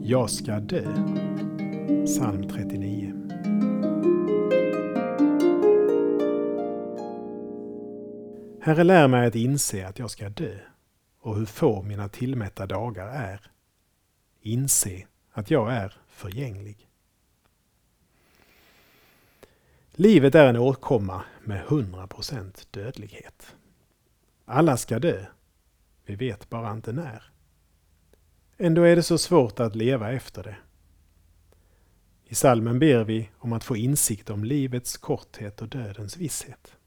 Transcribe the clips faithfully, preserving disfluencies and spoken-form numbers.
Jag ska dö. Psalm trettionio. Herre, lär mig att inse att jag ska dö och hur få mina tillmätta dagar är. Inse att jag är förgänglig. Livet är en åkomma med hundra procent dödlighet. Alla ska dö. Vi vet bara inte när. Ändå är det så svårt att leva efter det. I psalmen ber vi om att få insikt om livets korthet och dödens visshet.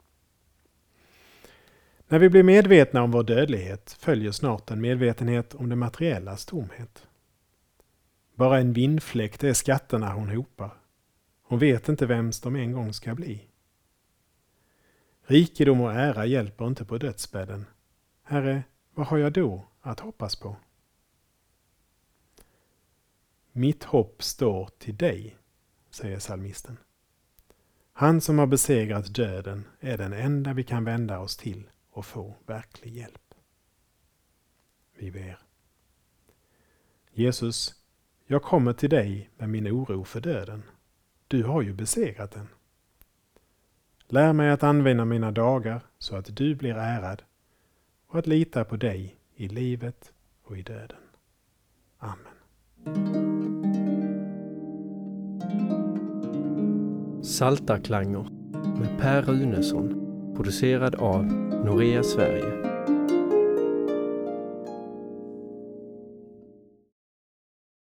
När vi blir medvetna om vår dödlighet följer snart en medvetenhet om det materiellas tomhet. Bara en vindfläkt är skatterna hon hopar. Hon vet inte vems de en gång ska bli. Rikedom och ära hjälper inte på dödsbädden. Herre, vad har jag då att hoppas på? Mitt hopp står till dig, säger psalmisten. Han som har besegrat döden är den enda vi kan vända oss till och få verklig hjälp. Vi ber. Jesus, jag kommer till dig med min oro för döden. Du har ju besegrat den. Lär mig att använda mina dagar så att du blir ärad och att lita på dig i livet och i döden. Amen. Saltarklanger med Per Runesson, producerad av Norea Sverige.